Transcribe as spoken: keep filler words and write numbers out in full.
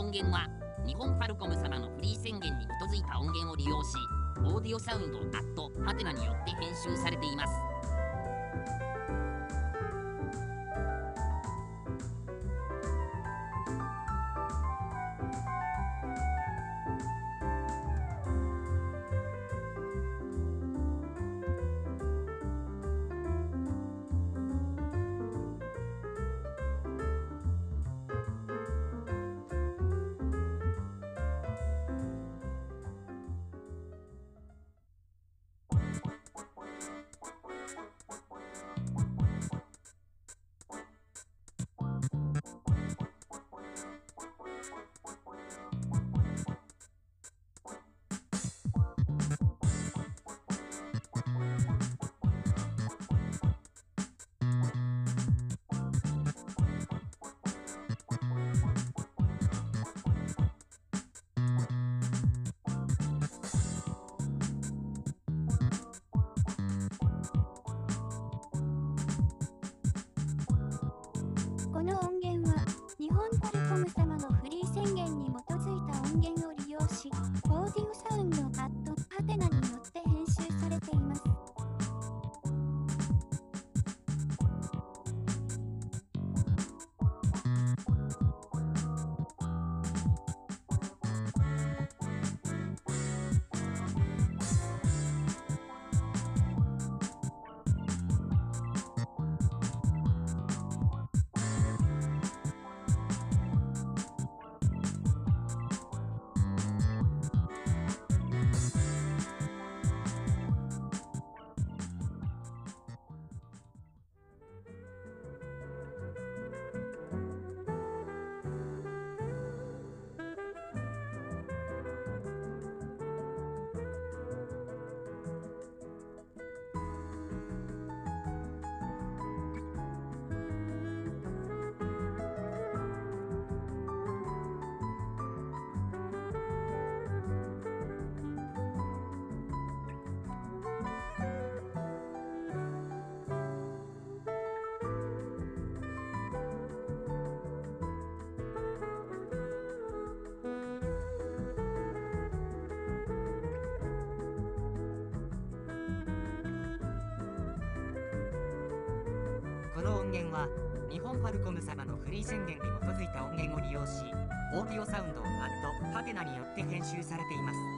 音源は日本ファルコム様のフリー宣言に基づいた音源を利用し、オーディオサウンドアットハテナによって編集されています。 この音源は日本ファルコム様のフリー宣言に基づいた音源を利用し、オーディオサウンドアットハテナによって編集されています。 この音源は日本ファルコム様のフリー宣言に基づいた音源を利用し、オーディオサウンドアットハテナによって編集されています。